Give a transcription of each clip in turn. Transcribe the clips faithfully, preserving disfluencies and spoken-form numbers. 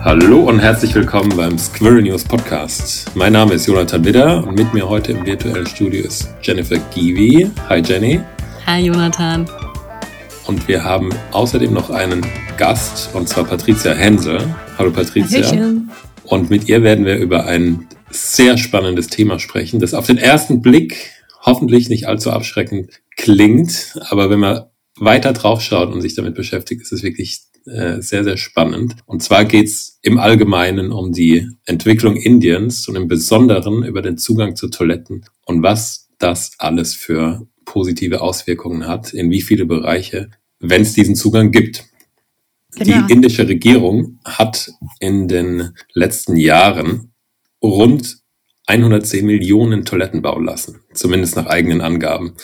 Hallo und herzlich willkommen beim Squirrel News Podcast. Mein Name ist Jonathan Widder und mit mir heute im virtuellen Studio ist Jennifer Givi. Hi Jenny. Hi Jonathan. Und wir haben außerdem noch einen Gast, und zwar Patricia Hensel. Hallo Patricia. Hallöchen. Und mit ihr werden wir über ein sehr spannendes Thema sprechen, das auf den ersten Blick hoffentlich nicht allzu abschreckend klingt, aber wenn man weiter drauf schaut und sich damit beschäftigt, ist es wirklich äh, sehr, sehr spannend. Und zwar geht es im Allgemeinen um die Entwicklung Indiens und im Besonderen über den Zugang zu Toiletten und was das alles für positive Auswirkungen hat, in wie viele Bereiche, wenn es diesen Zugang gibt. Genau. Die indische Regierung hat in den letzten Jahren rund hundertzehn Millionen Toiletten bauen lassen, zumindest nach eigenen Angaben.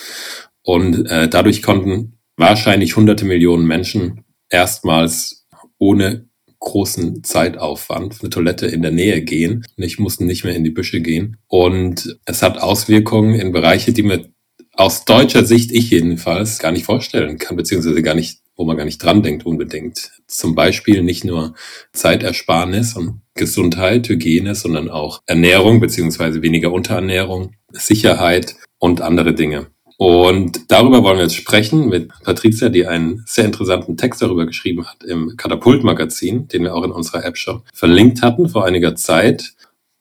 Und äh, dadurch konnten wahrscheinlich hunderte Millionen Menschen erstmals ohne großen Zeitaufwand eine Toilette in der Nähe gehen. Nicht mussten nicht mehr in die Büsche gehen. Und es hat Auswirkungen in Bereiche, die man aus deutscher Sicht, ich jedenfalls, gar nicht vorstellen kann, beziehungsweise gar nicht, wo man gar nicht dran denkt unbedingt. Zum Beispiel nicht nur Zeitersparnis und Gesundheit, Hygiene, sondern auch Ernährung, beziehungsweise weniger Unterernährung, Sicherheit und andere Dinge. Und darüber wollen wir jetzt sprechen mit Patricia, die einen sehr interessanten Text darüber geschrieben hat im Katapult-Magazin, den wir auch in unserer App schon verlinkt hatten vor einiger Zeit.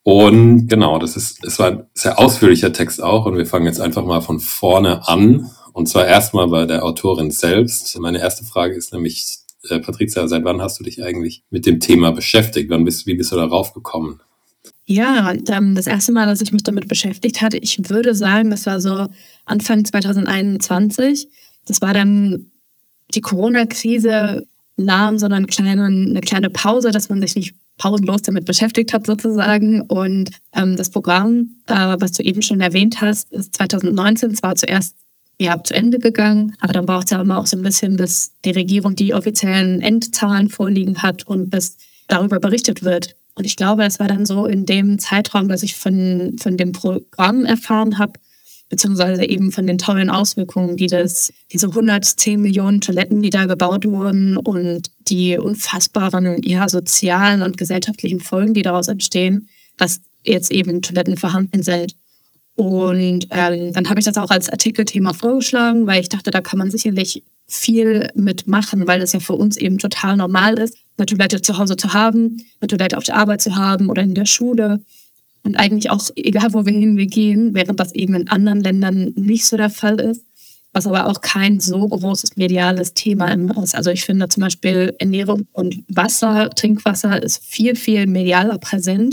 Und genau, das ist, es war ein sehr ausführlicher Text auch und wir fangen jetzt einfach mal von vorne an. Und zwar erstmal bei der Autorin selbst. Meine erste Frage ist nämlich, äh, Patricia, seit wann hast du dich eigentlich mit dem Thema beschäftigt? Wann bist, wie bist du darauf gekommen? Ja, und, ähm, das erste Mal, dass ich mich damit beschäftigt hatte, ich würde sagen, das war so Anfang zwanzig einundzwanzig. Das war dann die Corona-Krise, nahm so eine kleine, eine kleine Pause, dass man sich nicht pausenlos damit beschäftigt hat sozusagen. Und ähm, das Programm, äh, was du eben schon erwähnt hast, ist zwanzig neunzehn zwar zuerst ja, zu Ende gegangen, aber dann braucht es ja immer auch so ein bisschen, bis die Regierung die offiziellen Endzahlen vorliegen hat und bis darüber berichtet wird. Und ich glaube, es war dann so in dem Zeitraum, dass ich von, von dem Programm erfahren habe, beziehungsweise eben von den tollen Auswirkungen, die das, diese hundertzehn Millionen Toiletten, die da gebaut wurden und die unfassbaren ja, sozialen und gesellschaftlichen Folgen, die daraus entstehen, dass jetzt eben Toiletten vorhanden sind. Und ähm, dann habe ich das auch als Artikelthema vorgeschlagen, weil ich dachte, da kann man sicherlich viel mitmachen, weil das ja für uns eben total normal ist, eine Toilette zu Hause zu haben, eine Toilette auf der Arbeit zu haben oder in der Schule. Und eigentlich auch, egal wo wir hin wir gehen, während das eben in anderen Ländern nicht so der Fall ist, was aber auch kein so großes mediales Thema ist. Also ich finde zum Beispiel Ernährung und Wasser, Trinkwasser ist viel, viel medialer präsent,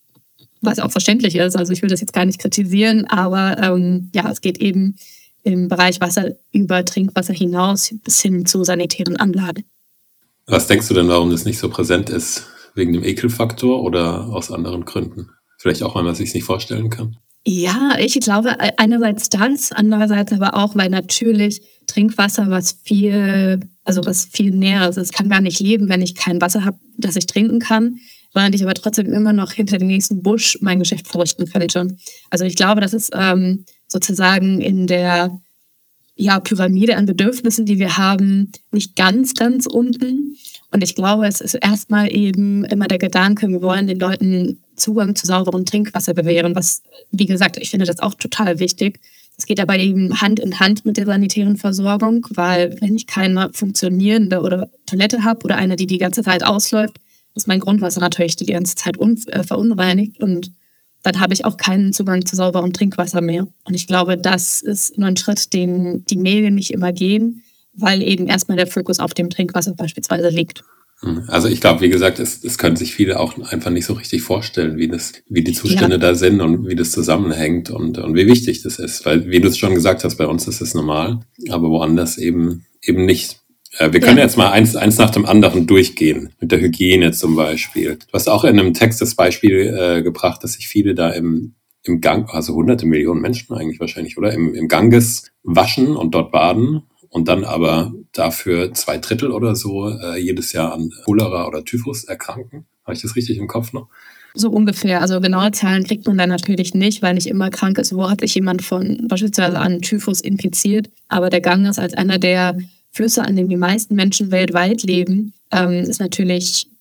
was auch verständlich ist. Also ich will das jetzt gar nicht kritisieren, aber ähm, ja, es geht eben im Bereich Wasser über Trinkwasser hinaus bis hin zu sanitären Anlagen. Was denkst du denn, warum das nicht so präsent ist? Wegen dem Ekelfaktor oder aus anderen Gründen? Vielleicht auch, weil man es sich nicht vorstellen kann? Ja, ich glaube einerseits das, andererseits aber auch, weil natürlich Trinkwasser was viel, also was viel näher ist. Es kann gar nicht leben, wenn ich kein Wasser habe, das ich trinken kann, während ich aber trotzdem immer noch hinter dem nächsten Busch mein Geschäft verrichten könnte. Also ich glaube, das ist ähm, sozusagen in der ja, Pyramide an Bedürfnissen, die wir haben, nicht ganz, ganz unten. Und ich glaube, es ist erstmal eben immer der Gedanke, wir wollen den Leuten Zugang zu sauberem Trinkwasser gewähren, was, wie gesagt, ich finde das auch total wichtig. Es geht aber eben Hand in Hand mit der sanitären Versorgung, weil wenn ich keine funktionierende oder Toilette habe oder eine, die die ganze Zeit ausläuft, ist mein Grundwasser natürlich die ganze Zeit un- äh, verunreinigt und dann habe ich auch keinen Zugang zu sauberem Trinkwasser mehr. Und ich glaube, das ist nur ein Schritt, den die Medien nicht immer gehen, weil eben erstmal der Fokus auf dem Trinkwasser beispielsweise liegt. Also ich glaube, wie gesagt, es, es können sich viele auch einfach nicht so richtig vorstellen, wie das, wie die Zustände ja. da sind und wie das zusammenhängt und, und wie wichtig das ist. Weil, wie du es schon gesagt hast, bei uns ist es normal, aber woanders eben eben nicht. Äh, wir können ja. jetzt mal eins, eins nach dem anderen durchgehen, mit der Hygiene zum Beispiel. Du hast auch in einem Text das Beispiel äh, gebracht, dass sich viele da im, im Gang, also hunderte Millionen Menschen eigentlich wahrscheinlich, oder? Im, im Ganges waschen und dort baden. Und dann aber dafür zwei Drittel oder so äh, jedes Jahr an Cholera oder Typhus erkranken. Habe ich das richtig im Kopf noch? So ungefähr. Also genaue Zahlen kriegt man dann natürlich nicht, weil nicht immer krank ist. Wo hat sich jemand von beispielsweise an Typhus infiziert? Aber der Ganges als einer der Flüsse, an denen die meisten Menschen weltweit leben, ähm, ist natürlich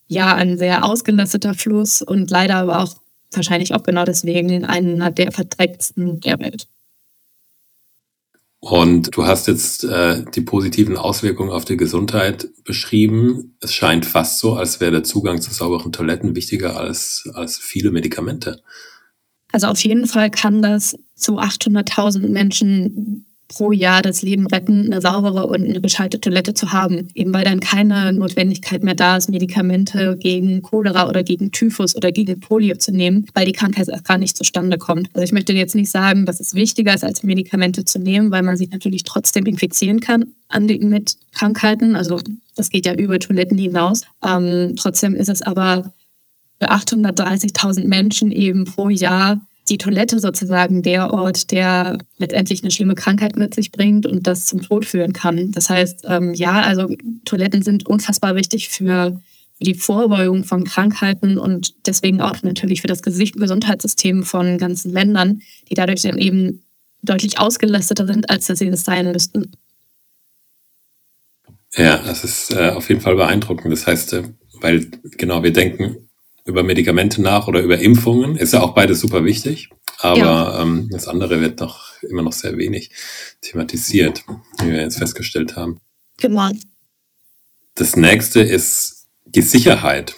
ja ein sehr ausgelasteter Fluss und leider aber auch wahrscheinlich auch genau deswegen einer der verdrecktsten der Welt. Und du hast jetzt äh, die positiven Auswirkungen auf die Gesundheit beschrieben. Es scheint fast so, als wäre der Zugang zu sauberen Toiletten wichtiger als, als viele Medikamente. Also auf jeden Fall kann das zu achthunderttausend Menschen pro Jahr das Leben retten, eine saubere und eine gescheite Toilette zu haben. Eben weil dann keine Notwendigkeit mehr da ist, Medikamente gegen Cholera oder gegen Typhus oder gegen Polio zu nehmen, weil die Krankheit erst gar nicht zustande kommt. Also ich möchte jetzt nicht sagen, dass es wichtiger ist, als Medikamente zu nehmen, weil man sich natürlich trotzdem infizieren kann an die, mit Krankheiten. Also das geht ja über Toiletten hinaus. Ähm, trotzdem ist es aber für achthundertdreißigtausend Menschen eben pro Jahr die Toilette sozusagen der Ort, der letztendlich eine schlimme Krankheit mit sich bringt und das zum Tod führen kann. Das heißt, ähm, ja, also Toiletten sind unfassbar wichtig für, für die Vorbeugung von Krankheiten und deswegen auch natürlich für das Gesicht- Gesundheitssystem von ganzen Ländern, die dadurch dann eben deutlich ausgelasteter sind, als dass sie das sein müssten. Ja, das ist äh, auf jeden Fall beeindruckend. Das heißt, äh, weil genau wir denken über Medikamente nach oder über Impfungen, ist ja auch beides super wichtig, aber ja. ähm, das andere wird noch immer noch sehr wenig thematisiert, wie wir jetzt festgestellt haben. Genau. Das nächste ist die Sicherheit.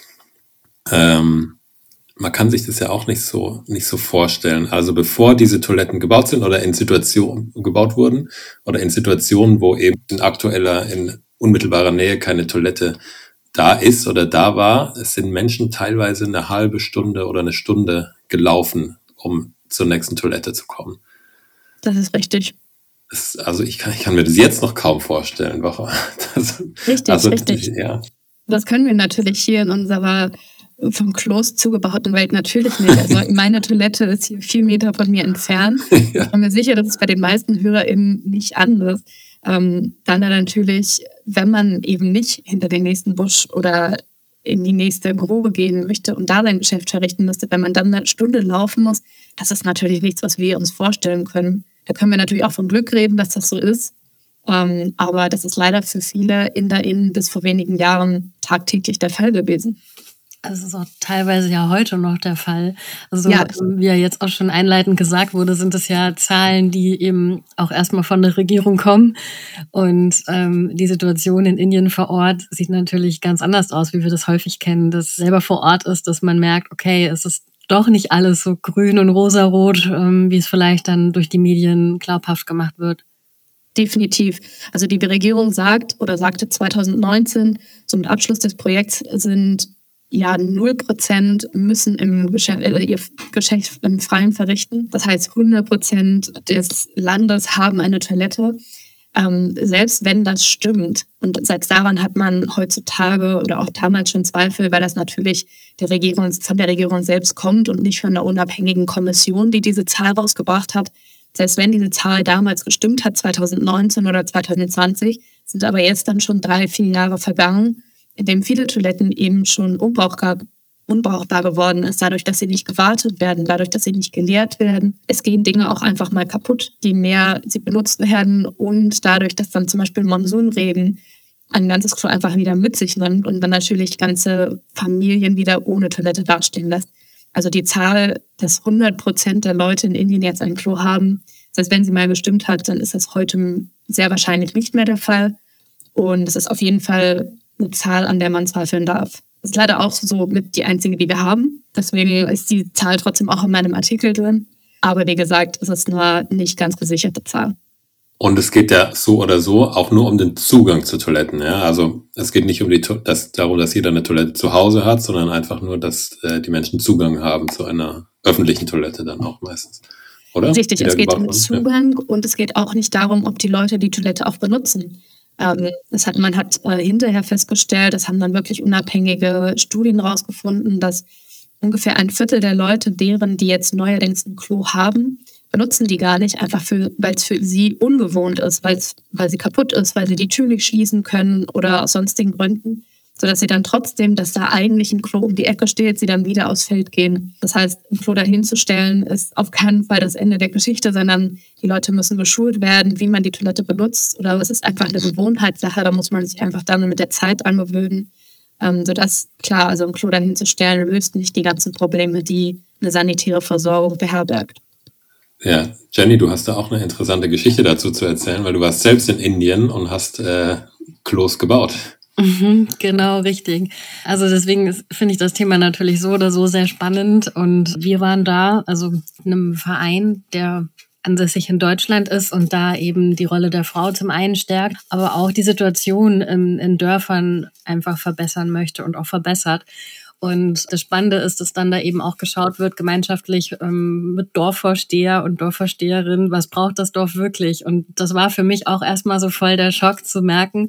Ähm, man kann sich das ja auch nicht so nicht so vorstellen. Also bevor diese Toiletten gebaut sind oder in Situationen gebaut wurden oder in Situationen, wo eben in aktueller, in unmittelbarer Nähe keine Toilette da ist oder da war, es sind Menschen teilweise eine halbe Stunde oder eine Stunde gelaufen, um zur nächsten Toilette zu kommen. Das ist richtig. Das, also ich kann, ich kann mir das jetzt noch kaum vorstellen. Das, richtig, also, richtig. Ja. Das können wir natürlich hier in unserer vom Kloß zugebauten Welt natürlich nicht. Also meine Toilette ist hier vier Meter von mir entfernt. Ja. Ich bin mir sicher, das ist bei den meisten HörerInnen nicht anders. Ähm, dann dann natürlich, wenn man eben nicht hinter den nächsten Busch oder in die nächste Grube gehen möchte und da sein Geschäft verrichten müsste, wenn man dann eine Stunde laufen muss, das ist natürlich nichts, was wir uns vorstellen können. Da können wir natürlich auch von Glück reden, dass das so ist. Ähm, aber das ist leider für viele InderInnen bis vor wenigen Jahren tagtäglich der Fall gewesen. Das ist auch teilweise ja heute noch der Fall. Also ja. Wie ja jetzt auch schon einleitend gesagt wurde, sind es ja Zahlen, die eben auch erstmal von der Regierung kommen. Und ähm, die Situation in Indien vor Ort sieht natürlich ganz anders aus, wie wir das häufig kennen, dass selber vor Ort ist, dass man merkt, okay, es ist doch nicht alles so grün und rosarot, ähm, wie es vielleicht dann durch die Medien glaubhaft gemacht wird. Definitiv. Also die Regierung sagt oder sagte zwanzig neunzehn, zum Abschluss des Projekts sind ja, null Prozent müssen im Geschäft, äh, ihr Geschäft im Freien verrichten. Das heißt, hundert Prozent des Landes haben eine Toilette. Ähm, selbst wenn das stimmt, und selbst daran hat man heutzutage oder auch damals schon Zweifel, weil das natürlich der Regierung, von der Regierung selbst kommt und nicht von einer unabhängigen Kommission, die diese Zahl rausgebracht hat. Selbst wenn diese Zahl damals gestimmt hat, zwanzig neunzehn oder zwanzig zwanzig, sind aber jetzt dann schon drei, vier Jahre vergangen, in dem viele Toiletten eben schon unbrauchbar, unbrauchbar geworden ist, dadurch, dass sie nicht gewartet werden, dadurch, dass sie nicht geleert werden. Es gehen Dinge auch einfach mal kaputt, je mehr sie benutzt werden und dadurch, dass dann zum Beispiel Monsunregen ein ganzes Klo einfach wieder mit sich nimmt und dann natürlich ganze Familien wieder ohne Toilette dastehen lässt. Also die Zahl, dass hundert Prozent der Leute in Indien jetzt ein Klo haben, das heißt, wenn sie mal gestimmt hat, dann ist das heute sehr wahrscheinlich nicht mehr der Fall. Und es ist auf jeden Fall eine Zahl, an der man zweifeln darf. Das ist leider auch so mit die einzige, die wir haben. Deswegen ist die Zahl trotzdem auch in meinem Artikel drin. Aber wie gesagt, es ist eine nicht ganz gesicherte Zahl. Und es geht ja so oder so auch nur um den Zugang zu Toiletten. Ja? Also es geht nicht um die to- das, darum, dass jeder eine Toilette zu Hause hat, sondern einfach nur, dass äh, die Menschen Zugang haben zu einer öffentlichen Toilette dann auch meistens. Oder? Richtig, es geht um Zugang ja. Und es geht auch nicht darum, ob die Leute die Toilette auch benutzen. Ähm, das hat, man hat äh, hinterher festgestellt, das haben dann wirklich unabhängige Studien rausgefunden, dass ungefähr ein Viertel der Leute, deren die jetzt neuerdings ein Klo haben, benutzen die gar nicht, einfach weil es für sie ungewohnt ist, weil's, weil sie kaputt ist, weil sie die Tür nicht schließen können oder aus sonstigen Gründen, sodass sie dann trotzdem, dass da eigentlich ein Klo um die Ecke steht, sie dann wieder aufs Feld gehen. Das heißt, ein Klo dahinzustellen ist auf keinen Fall das Ende der Geschichte, sondern die Leute müssen geschult werden, wie man die Toilette benutzt. Oder es ist einfach eine Gewohnheitssache, da muss man sich einfach dann mit der Zeit angewöhnen. Ähm, sodass, klar, also ein Klo dann hinzustellen, löst nicht die ganzen Probleme, die eine sanitäre Versorgung beherbergt. Ja, Jenny, du hast da auch eine interessante Geschichte dazu zu erzählen, weil du warst selbst in Indien und hast äh, Klos gebaut. Mhm, genau, richtig. Also deswegen ist- finde ich das Thema natürlich so oder so sehr spannend. Und wir waren da, also in einem Verein, der ansässig in Deutschland ist und da eben die Rolle der Frau zum einen stärkt, aber auch die Situation in, in Dörfern einfach verbessern möchte und auch verbessert. Und das Spannende ist, dass dann da eben auch geschaut wird, gemeinschaftlich ähm, mit Dorfvorsteher und Dorfvorsteherin, was braucht das Dorf wirklich? Und das war für mich auch erstmal so voll der Schock zu merken,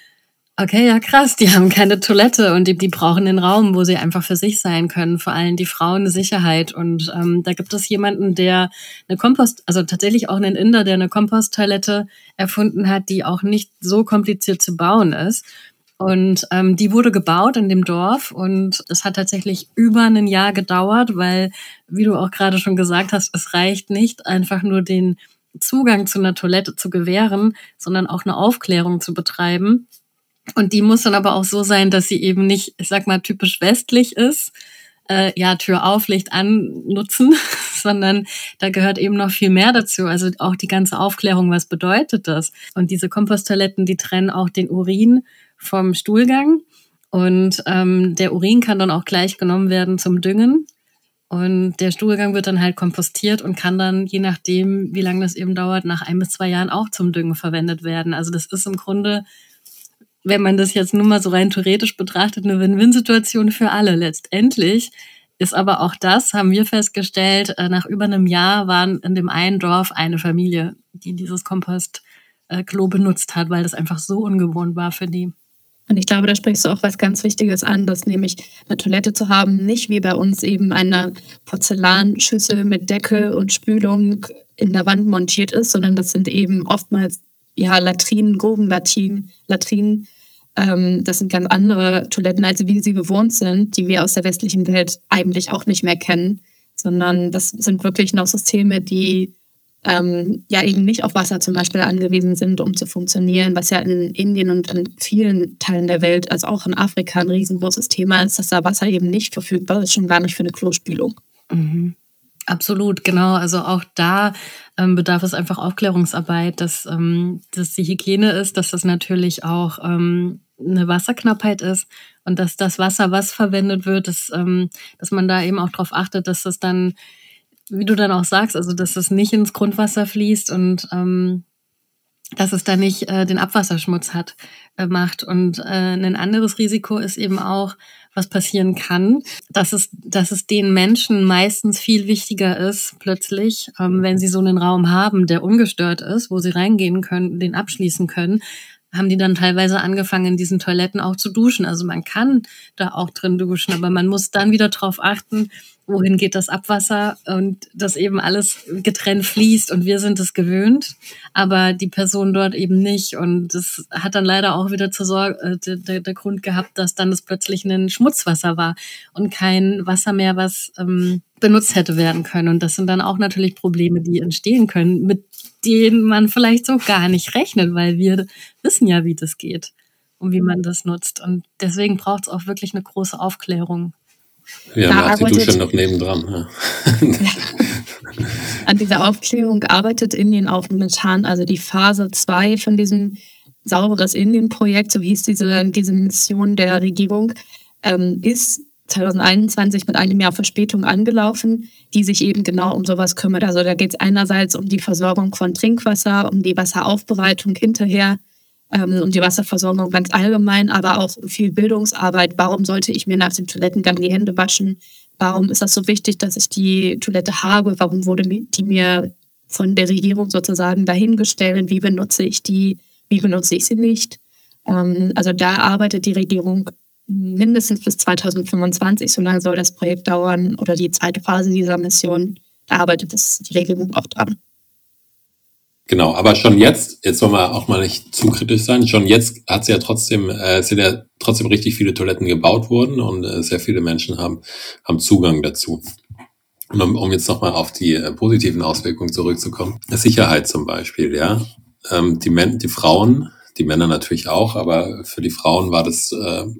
okay, ja krass, die haben keine Toilette und die, die brauchen den Raum, wo sie einfach für sich sein können, vor allem die Frauen eine Sicherheit. Und ähm, da gibt es jemanden, der eine Kompost, also tatsächlich auch einen Inder, der eine Komposttoilette erfunden hat, die auch nicht so kompliziert zu bauen ist. Und ähm, die wurde gebaut in dem Dorf und es hat tatsächlich über ein Jahr gedauert, weil, wie du auch gerade schon gesagt hast, es reicht nicht, einfach nur den Zugang zu einer Toilette zu gewähren, sondern auch eine Aufklärung zu betreiben. Und die muss dann aber auch so sein, dass sie eben nicht, ich sag mal, typisch westlich ist, äh, ja, Tür auf, Licht an, nutzen, sondern da gehört eben noch viel mehr dazu. Also auch die ganze Aufklärung, was bedeutet das? Und diese Komposttoiletten, die trennen auch den Urin vom Stuhlgang. Und ähm, der Urin kann dann auch gleich genommen werden zum Düngen. Und der Stuhlgang wird dann halt kompostiert und kann dann, je nachdem, wie lange das eben dauert, nach ein bis zwei Jahren auch zum Düngen verwendet werden. Also das ist im Grunde, wenn man das jetzt nur mal so rein theoretisch betrachtet, eine Win-Win-Situation für alle. Letztendlich ist aber auch das, haben wir festgestellt, nach über einem Jahr waren in dem einen Dorf eine Familie, die dieses Kompostklo benutzt hat, weil das einfach so ungewohnt war für die. Und ich glaube, da sprichst du auch was ganz Wichtiges an, dass nämlich eine Toilette zu haben, nicht wie bei uns eben eine Porzellanschüssel mit Deckel und Spülung in der Wand montiert ist, sondern das sind eben oftmals ja Latrinen, Grubenlatrinen, Latrinen. Ähm, das sind ganz andere Toiletten, als wie sie bewohnt sind, die wir aus der westlichen Welt eigentlich auch nicht mehr kennen, sondern das sind wirklich noch Systeme, die ähm, ja eben nicht auf Wasser zum Beispiel angewiesen sind, um zu funktionieren, was ja in Indien und in vielen Teilen der Welt, also auch in Afrika, ein riesengroßes Thema ist, dass da Wasser eben nicht verfügbar ist, schon gar nicht für eine Klospülung. Mhm. Absolut, genau. Also auch da ähm, bedarf es einfach Aufklärungsarbeit, dass, ähm, dass die Hygiene ist, dass das natürlich auch ähm, eine Wasserknappheit ist und dass das Wasser, was verwendet wird, dass, ähm, dass man da eben auch darauf achtet, dass das dann, wie du dann auch sagst, also dass das nicht ins Grundwasser fließt und ähm, dass es da nicht äh, den Abwasserschmutz hat, äh, macht. Und äh, ein anderes Risiko ist eben auch, was passieren kann, dass es, dass es den Menschen meistens viel wichtiger ist, plötzlich, ähm, wenn sie so einen Raum haben, der ungestört ist, wo sie reingehen können, den abschließen können, haben die dann teilweise angefangen, in diesen Toiletten auch zu duschen. Also man kann da auch drin duschen, aber man muss dann wieder drauf achten, wohin geht das Abwasser und dass eben alles getrennt fließt und wir sind es gewöhnt, aber die Person dort eben nicht. Und das hat dann leider auch wieder zur Sorge, äh, der, der Grund gehabt, dass dann das plötzlich ein Schmutzwasser war und kein Wasser mehr, was ähm, benutzt hätte werden können. Und das sind dann auch natürlich Probleme, die entstehen können, mit denen man vielleicht so gar nicht rechnet, weil wir wissen ja, wie das geht und wie man das nutzt. Und deswegen braucht es auch wirklich eine große Aufklärung. Ja, man hat die Dusche noch nebendran. Ja. An dieser Aufklärung arbeitet Indien auch momentan, also die Phase zwei von diesem Sauberes Indien-Projekt, so hieß diese, diese Mission der Regierung, ähm, ist zwanzig einundzwanzig mit einem Jahr Verspätung angelaufen, die sich eben genau um sowas kümmert. Also da geht es einerseits um die Versorgung von Trinkwasser, um die Wasseraufbereitung hinterher, ähm, um die Wasserversorgung ganz allgemein, aber auch viel Bildungsarbeit. Warum sollte ich mir nach dem Toilettengang die Hände waschen? Warum ist das so wichtig, dass ich die Toilette habe? Warum wurde die mir von der Regierung sozusagen dahingestellt? Wie benutze ich die? Wie benutze ich sie nicht? Ähm, also da arbeitet die Regierung mindestens bis zwanzig fünfundzwanzig, so lange soll das Projekt dauern, oder die zweite Phase dieser Mission, da arbeitet das, die Regierung auch dran. Genau, aber schon jetzt, jetzt soll man auch mal nicht zu kritisch sein, schon jetzt hat es ja trotzdem, äh, sind ja trotzdem richtig viele Toiletten gebaut worden und äh, sehr viele Menschen haben, haben Zugang dazu. Und um, um jetzt nochmal auf die äh, positiven Auswirkungen zurückzukommen, Sicherheit zum Beispiel, ja, ähm, die, Men- die Frauen, die Männer natürlich auch, aber für die Frauen war das äh,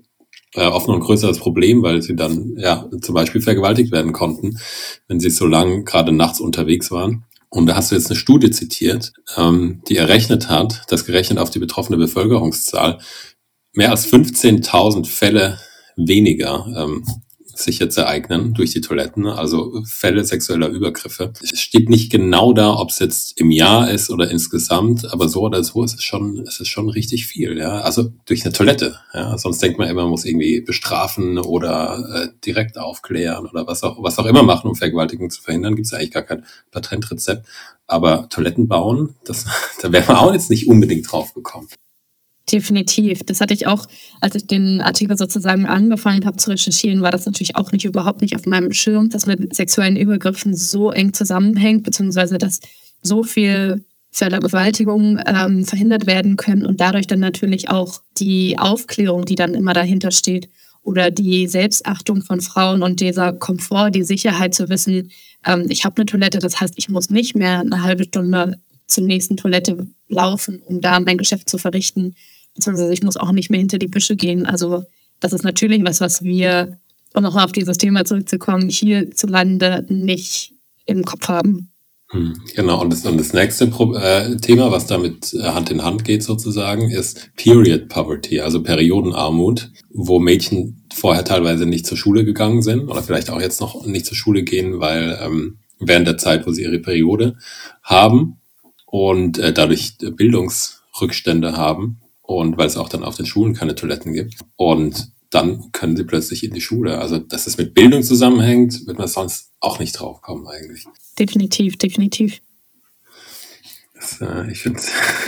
äh, oft noch ein größeres Problem, weil sie dann ja zum Beispiel vergewaltigt werden konnten, wenn sie so lang gerade nachts unterwegs waren. Und da hast du jetzt eine Studie zitiert, ähm, die errechnet hat, das gerechnet auf die betroffene Bevölkerungszahl, mehr als fünfzehntausend Fälle weniger ähm, sich jetzt ereignen durch die Toiletten, also Fälle sexueller Übergriffe. Es steht nicht genau da, ob es jetzt im Jahr ist oder insgesamt, aber so oder so ist es schon, ist es schon richtig viel, ja. Also durch eine Toilette, ja. Sonst denkt man immer, man muss irgendwie bestrafen oder äh, direkt aufklären oder was auch, was auch immer machen, um Vergewaltigung zu verhindern. Gibt es eigentlich gar kein Patentrezept. Aber Toiletten bauen, das, da wäre man auch jetzt nicht unbedingt drauf gekommen. Definitiv. Das hatte ich auch, als ich den Artikel sozusagen angefangen habe zu recherchieren, war das natürlich auch nicht überhaupt nicht auf meinem Schirm, dass mit sexuellen Übergriffen so eng zusammenhängt, beziehungsweise dass so viel Vergewaltigungen ähm, verhindert werden können und dadurch dann natürlich auch die Aufklärung, die dann immer dahinter steht, oder die Selbstachtung von Frauen und dieser Komfort, die Sicherheit zu wissen, ähm, ich habe eine Toilette, das heißt, ich muss nicht mehr eine halbe Stunde zur nächsten Toilette laufen, um da mein Geschäft zu verrichten. Beziehungsweise ich muss auch nicht mehr hinter die Büsche gehen. Also das ist natürlich was, was wir, um noch auf dieses Thema zurückzukommen, hierzulande nicht im Kopf haben. Hm, genau, und das, und das nächste Pro- äh, Thema, was damit äh, Hand in Hand geht sozusagen, ist Period Poverty, also Periodenarmut, wo Mädchen vorher teilweise nicht zur Schule gegangen sind oder vielleicht auch jetzt noch nicht zur Schule gehen, weil ähm, während der Zeit, wo sie ihre Periode haben und äh, dadurch Bildungsrückstände haben und weil es auch dann auf den Schulen keine Toiletten gibt. Und dann können sie plötzlich in die Schule. Also, dass es mit Bildung zusammenhängt, wird man sonst auch nicht drauf kommen eigentlich. Definitiv, definitiv. Das, äh, ich finde,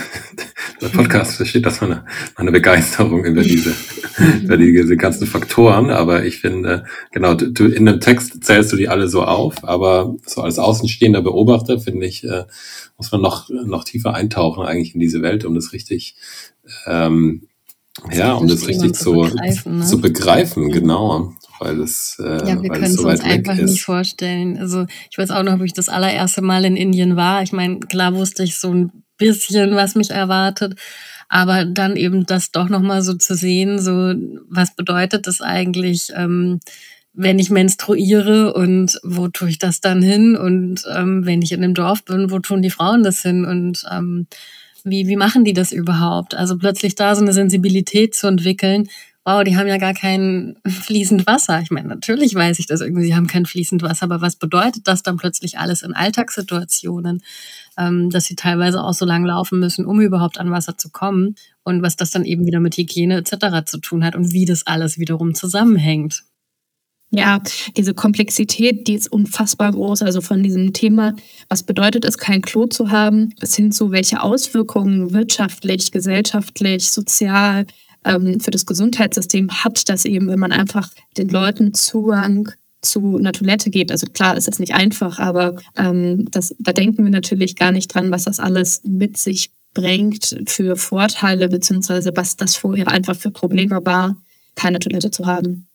der Podcast versteht das meine, meine Begeisterung über diese, über diese ganzen Faktoren. Aber ich finde, genau, du, du in dem Text zählst du die alle so auf, aber so als außenstehender Beobachter, finde ich, äh, muss man noch, noch tiefer eintauchen eigentlich in diese Welt, um das richtig, ähm, ja, um das richtig zu, begreifen, ne? zu begreifen, genau. Weil es, äh, ja, wir können es so uns einfach ist. nicht vorstellen. Also ich weiß auch noch, wo ich das allererste Mal in Indien war. Ich meine, klar wusste ich so ein bisschen, was mich erwartet, aber dann eben das doch nochmal so zu sehen, so was bedeutet das eigentlich, ähm, wenn ich menstruiere und wo tue ich das dann hin? Und ähm, wenn ich in einem Dorf bin, wo tun die Frauen das hin? Und ähm, wie, wie machen die das überhaupt? Also plötzlich da so eine Sensibilität zu entwickeln, wow, die haben ja gar kein fließend Wasser. Ich meine, natürlich weiß ich das irgendwie, sie haben kein fließend Wasser, aber was bedeutet das dann plötzlich alles in Alltagssituationen, ähm, dass sie teilweise auch so lang laufen müssen, um überhaupt an Wasser zu kommen und was das dann eben wieder mit Hygiene et cetera zu tun hat und wie das alles wiederum zusammenhängt. Ja, diese Komplexität, die ist unfassbar groß. Also von diesem Thema, was bedeutet es, kein Klo zu haben, bis hin zu welche Auswirkungen wirtschaftlich, gesellschaftlich, sozial ähm, für das Gesundheitssystem hat das eben, wenn man einfach den Leuten Zugang zu einer Toilette gibt. Also klar, ist das nicht einfach, aber ähm, das, da denken wir natürlich gar nicht dran, was das alles mit sich bringt für Vorteile, beziehungsweise was das vorher einfach für Probleme war, keine Toilette zu haben.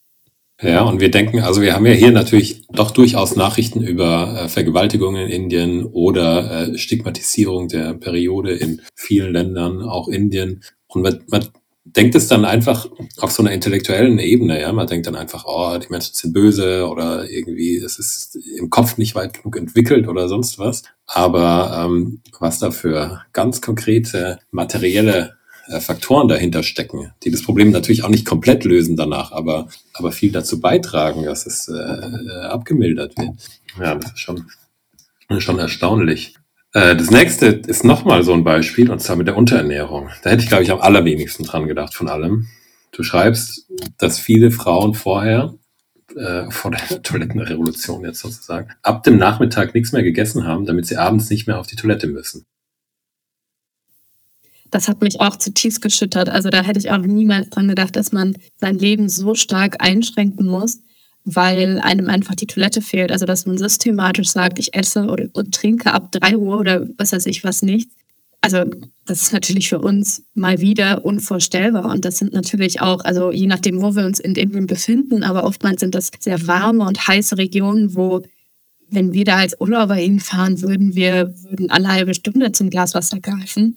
Ja, und wir denken, also wir haben ja hier natürlich doch durchaus Nachrichten über äh, Vergewaltigungen in Indien oder äh, Stigmatisierung der Periode in vielen Ländern, auch Indien. Und man, man denkt es dann einfach auf so einer intellektuellen Ebene, ja. Man denkt dann einfach, oh, die Menschen sind böse oder irgendwie, es ist im Kopf nicht weit genug entwickelt oder sonst was. Aber ähm, was da für ganz konkrete materielle Faktoren dahinter stecken, die das Problem natürlich auch nicht komplett lösen danach, aber, aber viel dazu beitragen, dass es äh, abgemildert wird. Ja, das ist schon, schon erstaunlich. Äh, das nächste ist nochmal so ein Beispiel, und zwar mit der Unterernährung. Da hätte ich, glaube ich, am allerwenigsten dran gedacht von allem. Du schreibst, dass viele Frauen vorher, äh, vor der Toilettenrevolution jetzt sozusagen, ab dem Nachmittag nichts mehr gegessen haben, damit sie abends nicht mehr auf die Toilette müssen. Das hat mich auch zutiefst geschüttert. Also da hätte ich auch niemals dran gedacht, dass man sein Leben so stark einschränken muss, weil einem einfach die Toilette fehlt. Also dass man systematisch sagt, ich esse oder und trinke ab drei Uhr oder was weiß ich was nicht. Also das ist natürlich für uns mal wieder unvorstellbar. Und das sind natürlich auch, also je nachdem, wo wir uns in Indien befinden, aber oftmals sind das sehr warme und heiße Regionen, wo, wenn wir da als Urlauber hinfahren würden, wir würden alle halbe Stunde zum Glas Wasser greifen.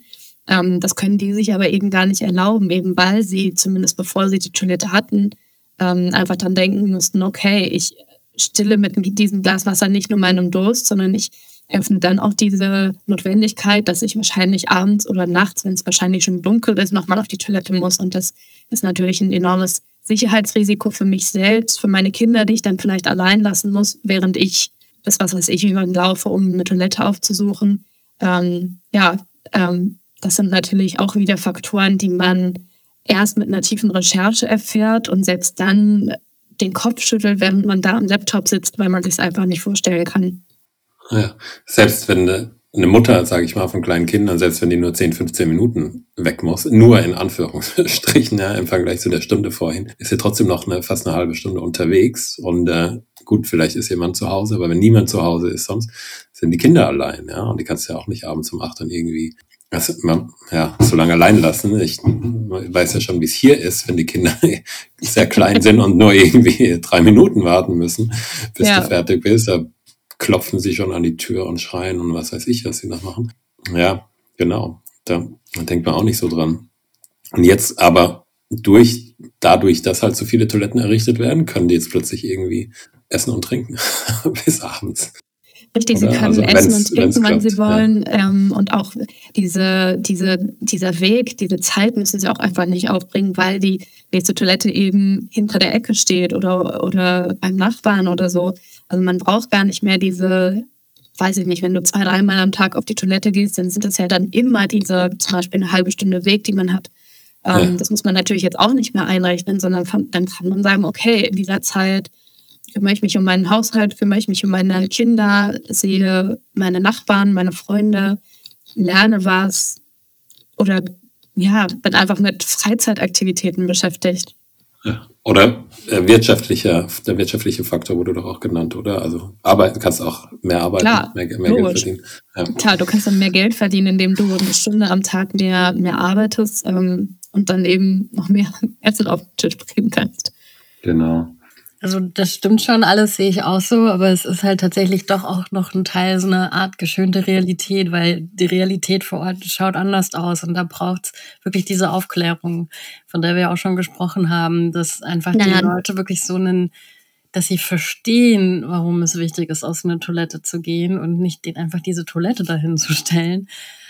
Ähm, das können die sich aber eben gar nicht erlauben, eben weil sie, zumindest bevor sie die Toilette hatten, ähm, einfach dann denken mussten, okay, ich stille mit diesem Glas Wasser nicht nur meinen Durst, sondern ich öffne dann auch diese Notwendigkeit, dass ich wahrscheinlich abends oder nachts, wenn es wahrscheinlich schon dunkel ist, nochmal auf die Toilette muss. Und das ist natürlich ein enormes Sicherheitsrisiko für mich selbst, für meine Kinder, die ich dann vielleicht allein lassen muss, während ich das, was weiß ich, über laufe, um eine Toilette aufzusuchen. Ähm, ja, ähm, das sind natürlich auch wieder Faktoren, die man erst mit einer tiefen Recherche erfährt und selbst dann den Kopf schüttelt, während man da am Laptop sitzt, weil man sich es einfach nicht vorstellen kann. Ja, selbst wenn eine Mutter, sage ich mal, von kleinen Kindern, selbst wenn die nur zehn, fünfzehn Minuten weg muss, nur in Anführungsstrichen, ja, im Vergleich zu der Stunde vorhin, ist sie trotzdem noch eine, fast eine halbe Stunde unterwegs. Und äh, gut, vielleicht ist jemand zu Hause, aber wenn niemand zu Hause ist, sonst sind die Kinder allein, ja. Und die kannst du ja auch nicht abends um acht dann irgendwie also, ja, so lange allein lassen. Ich weiß ja schon, wie es hier ist, wenn die Kinder sehr klein sind und nur irgendwie drei Minuten warten müssen, bis ja. du fertig bist. Da klopfen sie schon an die Tür und schreien und was weiß ich, was sie noch machen. Ja, genau. Da, da denkt man auch nicht so dran. Und jetzt aber durch, dadurch, dass halt so viele Toiletten errichtet werden, können die jetzt plötzlich irgendwie essen und trinken bis abends. Richtig, sie können also essen und trinken, wann sie wollen. Ja. Ähm, und auch diese, diese, dieser Weg, diese Zeit müssen sie auch einfach nicht aufbringen, weil die nächste Toilette eben hinter der Ecke steht oder, oder beim Nachbarn oder so. Also man braucht gar nicht mehr diese, weiß ich nicht, wenn du zwei, dreimal am Tag auf die Toilette gehst, dann sind das ja dann immer diese, zum Beispiel eine halbe Stunde Weg, die man hat. Ähm, ja. Das muss man natürlich jetzt auch nicht mehr einrechnen, sondern dann kann man sagen, okay, in dieser Zeit kümmere ich mich um meinen Haushalt, kümmere ich mich um meine Kinder, sehe meine Nachbarn, meine Freunde, lerne was oder ja, bin einfach mit Freizeitaktivitäten beschäftigt. Ja. Oder äh, wirtschaftlicher, der wirtschaftliche Faktor wurde doch auch genannt, oder? Also arbeiten kannst auch mehr arbeiten, Klar, mehr, mehr Geld verdienen. Ja. Klar, du kannst dann mehr Geld verdienen, indem du eine Stunde am Tag mehr, mehr arbeitest ähm, und dann eben noch mehr Essen auf den Tisch bringen kannst. Genau. Also das stimmt schon, alles sehe ich auch so, aber es ist halt tatsächlich doch auch noch ein Teil so eine Art geschönte Realität, weil die Realität vor Ort schaut anders aus und da braucht es wirklich diese Aufklärung, von der wir auch schon gesprochen haben, dass einfach ja. die Leute wirklich so einen, dass sie verstehen, warum es wichtig ist, aus einer Toilette zu gehen und nicht denen einfach diese Toilette dahin zu stellen.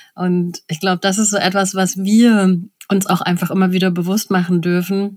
Und ich glaube, das ist so etwas, was wir uns auch einfach immer wieder bewusst machen dürfen,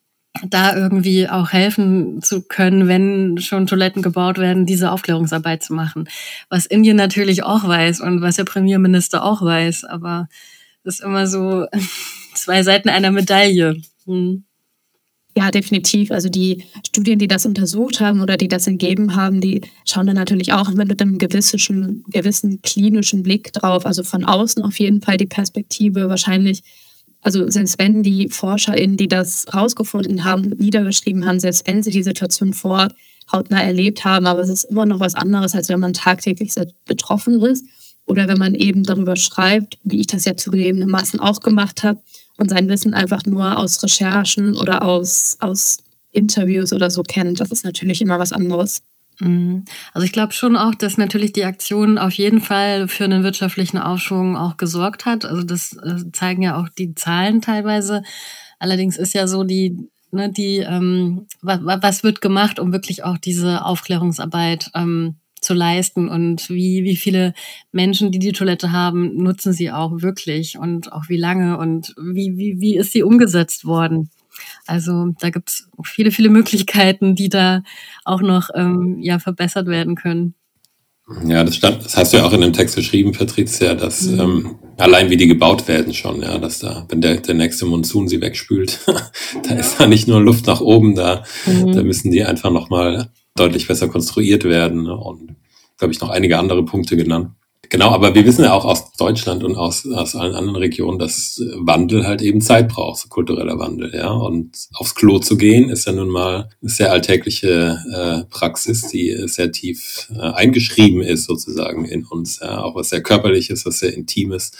da irgendwie auch helfen zu können, wenn schon Toiletten gebaut werden, diese Aufklärungsarbeit zu machen. Was Indien natürlich auch weiß und was der Premierminister auch weiß, aber das ist immer so zwei Seiten einer Medaille. Hm. Ja, definitiv. Also die Studien, die das untersucht haben oder die das ergeben haben, die schauen dann natürlich auch mit einem gewissen, gewissen klinischen Blick drauf. Also von außen auf jeden Fall die Perspektive wahrscheinlich. Also selbst wenn die ForscherInnen, die das rausgefunden haben, niedergeschrieben haben, selbst wenn sie die Situation vor Ort hautnah erlebt haben, aber es ist immer noch was anderes, als wenn man tagtäglich betroffen ist oder wenn man eben darüber schreibt, wie ich das ja zugegebenermaßen auch gemacht habe und sein Wissen einfach nur aus Recherchen oder aus, aus Interviews oder so kennt. Das ist natürlich immer was anderes. Also ich glaube schon auch, dass natürlich die Aktion auf jeden Fall für einen wirtschaftlichen Aufschwung auch gesorgt hat. Also das äh, zeigen ja auch die Zahlen teilweise. Allerdings ist ja so die, ne, die, ähm, was, was wird gemacht, um wirklich auch diese Aufklärungsarbeit ähm, zu leisten und wie, wie viele Menschen, die die Toilette haben, nutzen sie auch wirklich und auch wie lange und wie, wie, wie ist sie umgesetzt worden? Also da gibt es viele, viele Möglichkeiten, die da auch noch ähm, ja, verbessert werden können. Ja, das stand, das hast du ja auch in dem Text geschrieben, Patricia, dass mhm. ähm, allein wie die gebaut werden schon, ja, dass da, wenn der, der nächste Monsun sie wegspült, da ist da nicht nur Luft nach oben, da, mhm. da müssen die einfach nochmal deutlich besser konstruiert werden, ne? Und glaube ich noch einige andere Punkte genannt. Genau, aber wir wissen ja auch aus Deutschland und aus, aus allen anderen Regionen, dass Wandel halt eben Zeit braucht, so kultureller Wandel, ja. Und aufs Klo zu gehen ist ja nun mal eine sehr alltägliche äh, Praxis, die sehr tief äh, eingeschrieben ist sozusagen in uns, ja. Auch was sehr Körperliches, was sehr Intimes.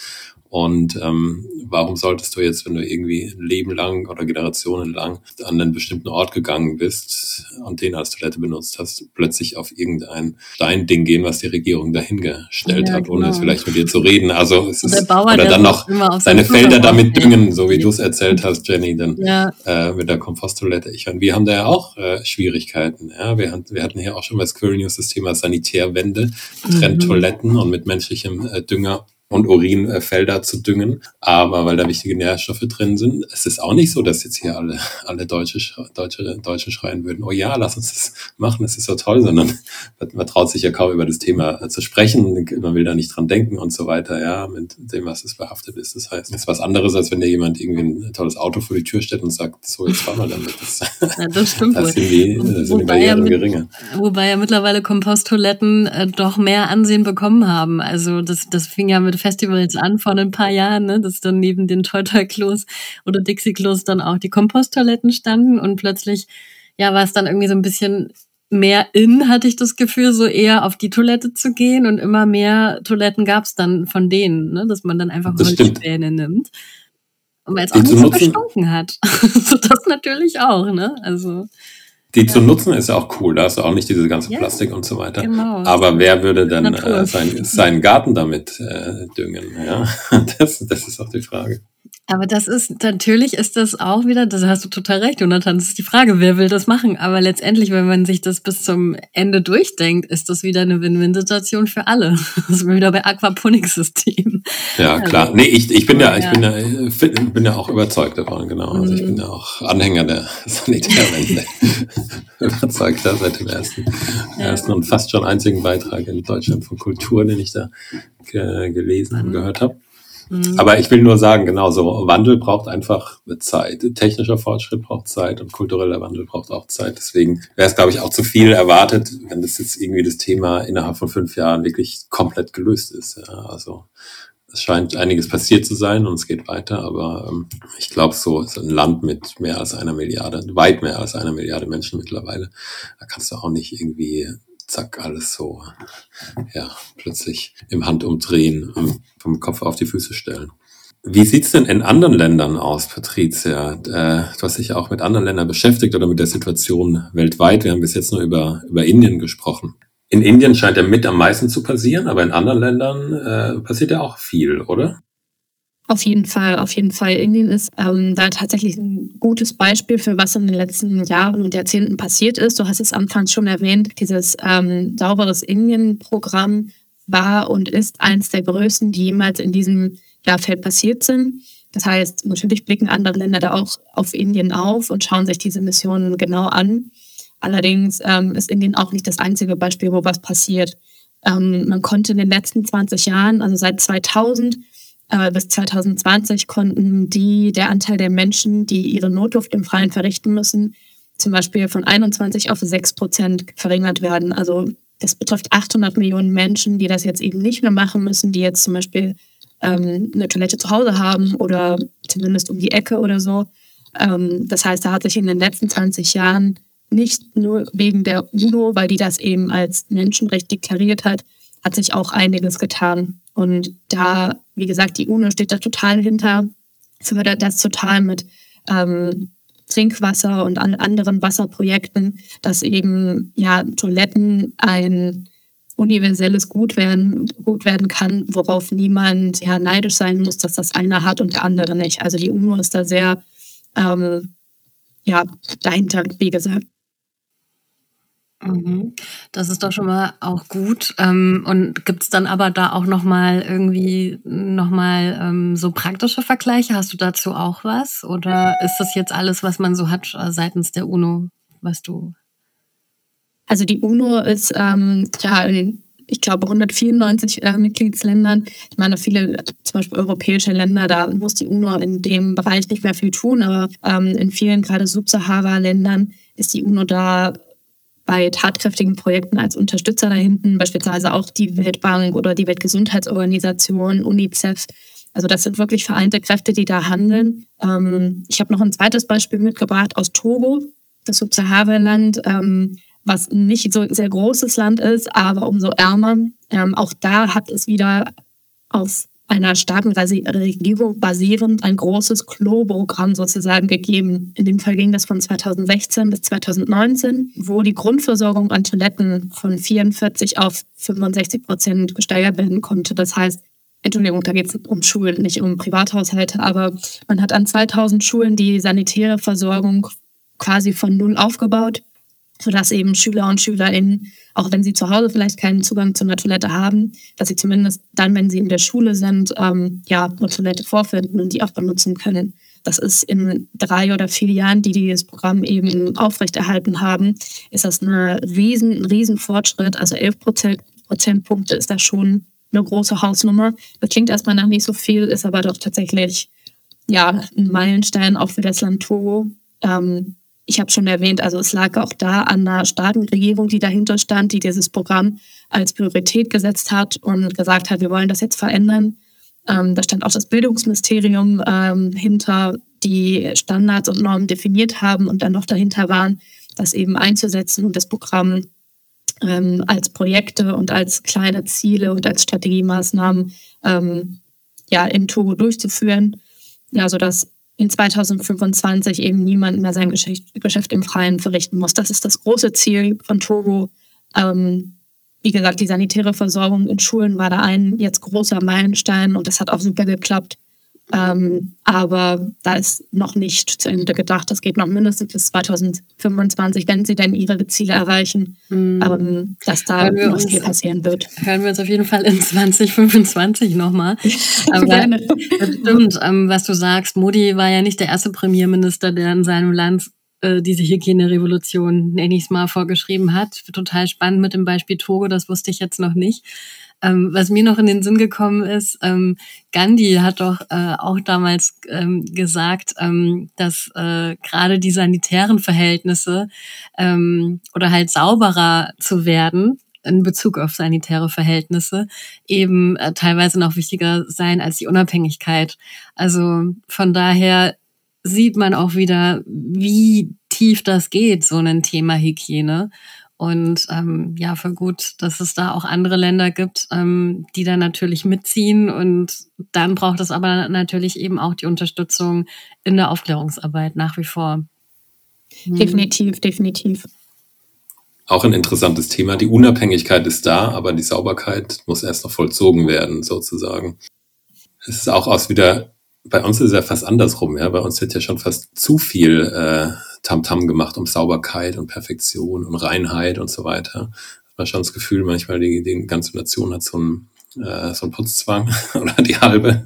Und ähm, warum solltest du jetzt, wenn du irgendwie ein Leben lang oder Generationen lang an einen bestimmten Ort gegangen bist und den als Toilette benutzt hast, plötzlich auf irgendein Steinding gehen, was die Regierung dahingestellt Ja, hat, ohne jetzt genau. vielleicht mit dir zu reden. Also es Und der ist, Bauer, oder der dann so noch immer auf seine seinem Felder Futter damit aufhängt. düngen, so wie du es erzählt hast, Jenny, dann Ja, äh, mit der Komposttoilette. Ich meine, wir haben da ja auch äh, Schwierigkeiten. Ja? Wir, hatten, wir hatten hier auch schon bei Squirrel News das Thema Sanitärwände, getrennt mhm. Toiletten und mit menschlichem äh, Dünger und Urin äh, Felder zu düngen, aber weil da wichtige Nährstoffe drin sind. Es ist auch nicht so, dass jetzt hier alle alle Deutsche Deutsche Deutsche schreien würden, oh ja, lass uns das machen, das ist so toll, sondern man, man traut sich ja kaum über das Thema äh, zu sprechen, man will da nicht dran denken und so weiter, ja, mit dem, was es behaftet ist. Das heißt, es ist was anderes, als wenn dir jemand irgendwie ein tolles Auto vor die Tür stellt und sagt, so, jetzt fahren wir damit. Das, Ja, das stimmt das wohl. sind die, Und das sind die wobei ja, Barrieren mit, geringer. wobei ja mittlerweile Komposttoiletten äh, doch mehr Ansehen bekommen haben. Also das, das fing ja mit Festivals an vor ein paar Jahren, ne, dass dann neben den Toi-Toi-Klos oder Dixie-Klos dann auch die Komposttoiletten standen und plötzlich, ja, war es dann irgendwie so ein bisschen mehr in, hatte ich das Gefühl, so eher auf die Toilette zu gehen und immer mehr Toiletten gab es dann von denen, ne, dass man dann einfach Das stimmt. Holzspäne nimmt. Und weil es auch Die nicht zu so nutzen, gestunken hat. So das natürlich auch, ne? Also, die zu ja. nutzen ist ja auch cool, da hast du auch nicht diese ganze Ja, Plastik und so weiter. genau. Aber wer würde dann Natur. äh, sein, seinen Garten damit äh, düngen? Ja, das, das ist auch die Frage. Aber das ist, natürlich ist das auch wieder, da hast du total recht, Jonathan, das ist die Frage, wer will das machen? Aber letztendlich, wenn man sich das bis zum Ende durchdenkt, ist das wieder eine Win-Win-Situation für alle. Das sind wir wieder bei Aquaponics-System. Ja, Also, klar. Nee, ich, ich bin ja, ich ja. bin ja, ich fin- bin ja auch überzeugt davon, genau. Also ich bin Mhm. ja auch Anhänger der Sanitärwende. Überzeugter seit dem ersten, Ja. ersten und fast schon einzigen Beitrag in Deutschland von Kultur, den ich da ge gelesen und gehört habe. Mhm. Aber ich will nur sagen, genau so, Wandel braucht einfach Zeit. Technischer Fortschritt braucht Zeit und kultureller Wandel braucht auch Zeit. Deswegen wäre es, glaube ich, auch zu viel erwartet, wenn das jetzt irgendwie das Thema innerhalb von fünf Jahren wirklich komplett gelöst ist. Ja, also es scheint einiges passiert zu sein und es geht weiter, aber ähm, ich glaube, so ist ein Land mit mehr als einer Milliarde, weit mehr als einer Milliarde Menschen mittlerweile, da kannst du auch nicht irgendwie zack, alles so, ja, plötzlich im Handumdrehen, ähm, vom Kopf auf die Füße stellen. Wie sieht's denn in anderen Ländern aus, Patricia? Äh, du hast dich ja auch mit anderen Ländern beschäftigt oder mit der Situation weltweit. Wir haben bis jetzt nur über, über Indien gesprochen. In Indien scheint ja mit am meisten zu passieren, aber in anderen Ländern äh, passiert ja auch viel, oder? Auf jeden Fall, auf jeden Fall. Indien ist ähm, da tatsächlich ein gutes Beispiel für was in den letzten Jahren und Jahrzehnten passiert ist. Du hast es anfangs schon erwähnt, dieses ähm, sauberes Indien-Programm war und ist eines der größten, die jemals in diesem ja, Feld passiert sind. Das heißt, natürlich blicken andere Länder da auch auf Indien auf und schauen sich diese Missionen genau an. Allerdings ähm, ist Indien auch nicht das einzige Beispiel, wo was passiert. Ähm, man konnte in den letzten zwanzig Jahren, also seit zweitausend äh, bis zwanzig zwanzig, konnten die, der Anteil der Menschen, die ihre Notdurft im Freien verrichten müssen, zum Beispiel von einundzwanzig auf sechs Prozent verringert werden. Also das betrifft achthundert Millionen Menschen, die das jetzt eben nicht mehr machen müssen, die jetzt zum Beispiel ähm, eine Toilette zu Hause haben oder zumindest um die Ecke oder so. Ähm, das heißt, da hat sich in den letzten zwanzig Jahren nicht nur wegen der UNO, weil die das eben als Menschenrecht deklariert hat, hat sich auch einiges getan. Und da, wie gesagt, die UNO steht da total hinter, fördert das total mit ähm, Trinkwasser und an anderen Wasserprojekten, dass eben ja Toiletten ein universelles Gut werden, gut werden kann, worauf niemand ja neidisch sein muss, dass das einer hat und der andere nicht. Also die UNO ist da sehr ähm, ja, dahinter, wie gesagt. Mhm. Das ist doch schon mal auch gut. Ähm, und gibt's dann aber da auch noch mal irgendwie noch mal ähm, so praktische Vergleiche? Hast du dazu auch was? Oder ist das jetzt alles, was man so hat äh, seitens der UNO, was du... Also die UNO ist ähm, ja in, ich glaube, hundertvierundneunzig äh, Mitgliedsländern. Ich meine, viele zum Beispiel europäische Länder, da muss die UNO in dem Bereich nicht mehr viel tun, aber ähm, in vielen gerade Sub-Sahara-Ländern ist die UNO da bei tatkräftigen Projekten als Unterstützer da hinten, beispielsweise auch die Weltbank oder die Weltgesundheitsorganisation, UNICEF. Also das sind wirklich vereinte Kräfte, die da handeln. Ähm, ich habe noch ein zweites Beispiel mitgebracht aus Togo, das Sub-Sahara-Land, ähm, was nicht so ein sehr großes Land ist, aber umso ärmer. Ähm, auch da hat es wieder auf einer starken Regierung basierend ein großes Klo-Programm sozusagen gegeben. In dem Fall ging das von zweitausendsechzehn bis zweitausendneunzehn, wo die Grundversorgung an Toiletten von vierundvierzig auf fünfundsechzig Prozent gesteigert werden konnte. Das heißt, Entschuldigung, da geht es um Schulen, nicht um Privathaushalte, aber man hat an zweitausend Schulen die sanitäre Versorgung quasi von null aufgebaut, sodass eben Schüler und SchülerInnen, auch wenn sie zu Hause vielleicht keinen Zugang zu einer Toilette haben, dass sie zumindest dann, wenn sie in der Schule sind, ähm, ja, eine Toilette vorfinden und die auch benutzen können. Das ist in drei oder vier Jahren, die dieses Programm eben aufrechterhalten haben, ist das eine riesen, ein riesen Fortschritt. Also elf Prozentpunkte ist das schon eine große Hausnummer. Das klingt erstmal nach nicht so viel, ist aber doch tatsächlich ja, ein Meilenstein auch für das Land Togo. Ähm, Ich habe schon erwähnt, also es lag auch da an einer starken Regierung, die dahinter stand, die dieses Programm als Priorität gesetzt hat und gesagt hat, wir wollen das jetzt verändern. Ähm, da stand auch das Bildungsministerium ähm, hinter, die Standards und Normen definiert haben und dann noch dahinter waren, das eben einzusetzen und das Programm ähm, als Projekte und als kleine Ziele und als Strategiemaßnahmen ähm, ja, in Togo durchzuführen, ja, sodass in zweitausendfünfundzwanzig eben niemand mehr sein Geschäft, Geschäft im Freien verrichten muss. Das ist das große Ziel von Togo. Ähm, wie gesagt, die sanitäre Versorgung in Schulen war da ein jetzt großer Meilenstein und das hat auch super geklappt. Ähm, aber da ist noch nicht zu Ende gedacht. Das geht noch mindestens bis zweitausendfünfundzwanzig, wenn sie denn ihre Ziele erreichen, mhm. ähm, dass da noch uns, viel passieren wird. Hören wir uns auf jeden Fall in zwanzig fünfundzwanzig nochmal. Aber Gerne. Das stimmt, ähm, was du sagst. Modi war ja nicht der erste Premierminister, der in seinem Land äh, diese Hygienerevolution, nenne ich es mal, vorgeschrieben hat. Total spannend mit dem Beispiel Togo, das wusste ich jetzt noch nicht. Ähm, was mir noch in den Sinn gekommen ist, ähm, Gandhi hat doch äh, auch damals ähm, gesagt, ähm, dass äh, gerade die sanitären Verhältnisse ähm, oder halt sauberer zu werden in Bezug auf sanitäre Verhältnisse eben äh, teilweise noch wichtiger sein als die Unabhängigkeit. Also von daher sieht man auch wieder, wie tief das geht, so ein Thema Hygiene. Und ähm, ja, für gut, dass es da auch andere Länder gibt, ähm, die da natürlich mitziehen. Und dann braucht es aber natürlich eben auch die Unterstützung in der Aufklärungsarbeit nach wie vor. Hm. Definitiv, definitiv. Auch ein interessantes Thema. Die Unabhängigkeit ist da, aber die Sauberkeit muss erst noch vollzogen werden, sozusagen. Es ist auch aus wieder, bei uns ist es ja fast andersrum, ja. Bei uns wird ja schon fast zu viel äh, Tamtam gemacht um Sauberkeit und Perfektion und Reinheit und so weiter. Hat man schon das Gefühl, manchmal die, die ganze Nation hat so einen, äh, so einen Putzzwang oder die halbe.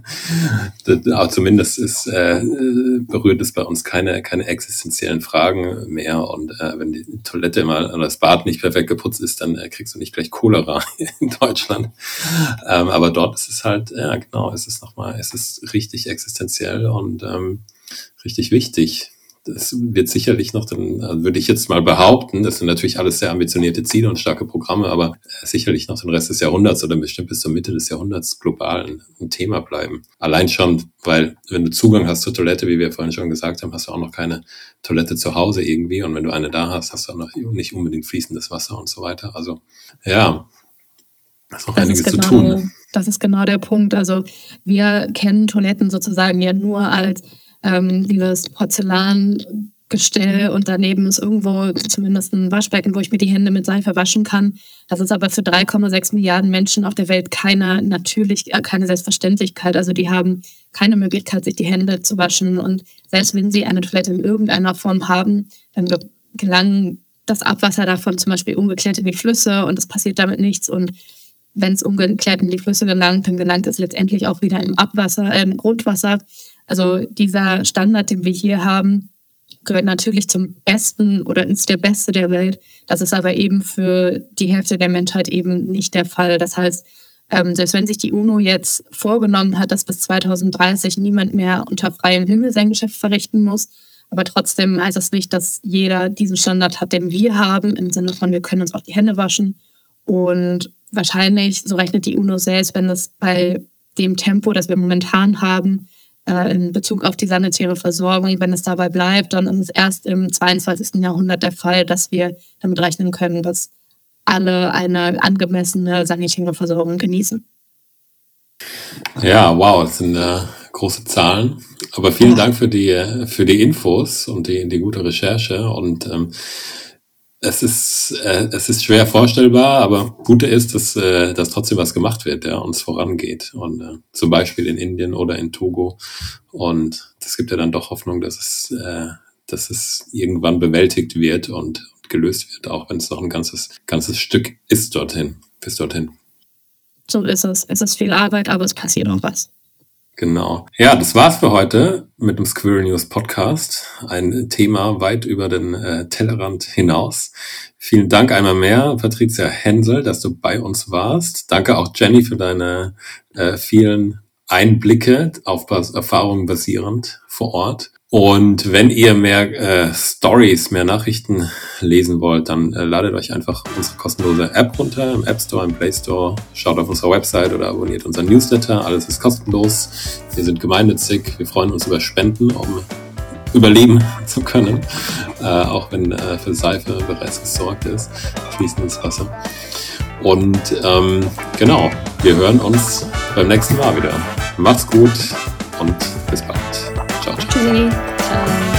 Aber zumindest ist, äh, berührt es bei uns keine, keine existenziellen Fragen mehr. Und äh, wenn die Toilette mal oder das Bad nicht perfekt geputzt ist, dann äh, kriegst du nicht gleich Cholera in Deutschland. Ähm, aber dort ist es halt, ja genau, es ist nochmal, es ist richtig existenziell und ähm, richtig wichtig. Das wird sicherlich noch, dann also würde ich jetzt mal behaupten, das sind natürlich alles sehr ambitionierte Ziele und starke Programme, aber sicherlich noch den Rest des Jahrhunderts oder bestimmt bis zur Mitte des Jahrhunderts global ein, ein Thema bleiben. Allein schon, weil wenn du Zugang hast zur Toilette, wie wir vorhin schon gesagt haben, hast du auch noch keine Toilette zu Hause irgendwie und wenn du eine da hast, hast du auch noch nicht unbedingt fließendes Wasser und so weiter. Also ja, da ist noch das einiges ist genau, zu tun. Das ist genau der Punkt. Also wir kennen Toiletten sozusagen ja nur als Ähm, dieses Porzellangestell und daneben ist irgendwo zumindest ein Waschbecken, wo ich mir die Hände mit Seife waschen kann. Das ist aber für drei Komma sechs Milliarden Menschen auf der Welt keine natürlich, äh, keine Selbstverständlichkeit. Also die haben keine Möglichkeit, sich die Hände zu waschen und selbst wenn sie eine Toilette in irgendeiner Form haben, dann gelangt das Abwasser davon zum Beispiel ungeklärt in die Flüsse und es passiert damit nichts und wenn es ungeklärt in die Flüsse gelangt, dann gelangt es letztendlich auch wieder im Abwasser, äh, im Grundwasser. Also dieser Standard, den wir hier haben, gehört natürlich zum Besten oder ist der Beste der Welt. Das ist aber eben für die Hälfte der Menschheit eben nicht der Fall. Das heißt, ähm, selbst wenn sich die UNO jetzt vorgenommen hat, dass bis zweitausenddreißig niemand mehr unter freiem Himmel sein Geschäft verrichten muss, aber trotzdem heißt das nicht, dass jeder diesen Standard hat, den wir haben, im Sinne von, wir können uns auch die Hände waschen. Und wahrscheinlich, so rechnet die UNO selbst, wenn es bei dem Tempo, das wir momentan haben, in Bezug auf die sanitäre Versorgung, wenn es dabei bleibt, dann ist es erst im zweiundzwanzigsten Jahrhundert der Fall, dass wir damit rechnen können, dass alle eine angemessene sanitäre Versorgung genießen. Ja, wow, das sind äh, große Zahlen. Aber vielen ja. Dank für die für die Infos und die die gute Recherche. Und ähm, es ist äh, es ist schwer vorstellbar, aber Gute ist, dass äh, dass trotzdem was gemacht wird, ja, und es vorangeht. Und äh, zum Beispiel in Indien oder in Togo. Und das gibt ja dann doch Hoffnung, dass es äh, dass es irgendwann bewältigt wird und, und gelöst wird, auch wenn es noch ein ganzes ganzes Stück ist dorthin, bis dorthin. So ist es. Es ist viel Arbeit, aber es passiert auch was. Genau. Ja, das war's für heute mit dem Squirrel News Podcast. Ein Thema weit über den äh, Tellerrand hinaus. Vielen Dank einmal mehr, Patricia Hensel, dass du bei uns warst. Danke auch Jenny für deine äh, vielen Einblicke auf Bas- Erfahrungen basierend vor Ort. Und wenn ihr mehr äh, Stories, mehr Nachrichten lesen wollt, dann äh, ladet euch einfach unsere kostenlose App runter im App Store, im Play Store. Schaut auf unserer Website oder abonniert unseren Newsletter. Alles ist kostenlos. Wir sind gemeinnützig. Wir freuen uns über Spenden, um überleben zu können. Äh, auch wenn äh, für Seife bereits gesorgt ist. Fließendes Wasser. Und ähm, genau, wir hören uns beim nächsten Mal wieder. Macht's gut und bis bald. Ciao, ciao. Tschüssi. Ciao.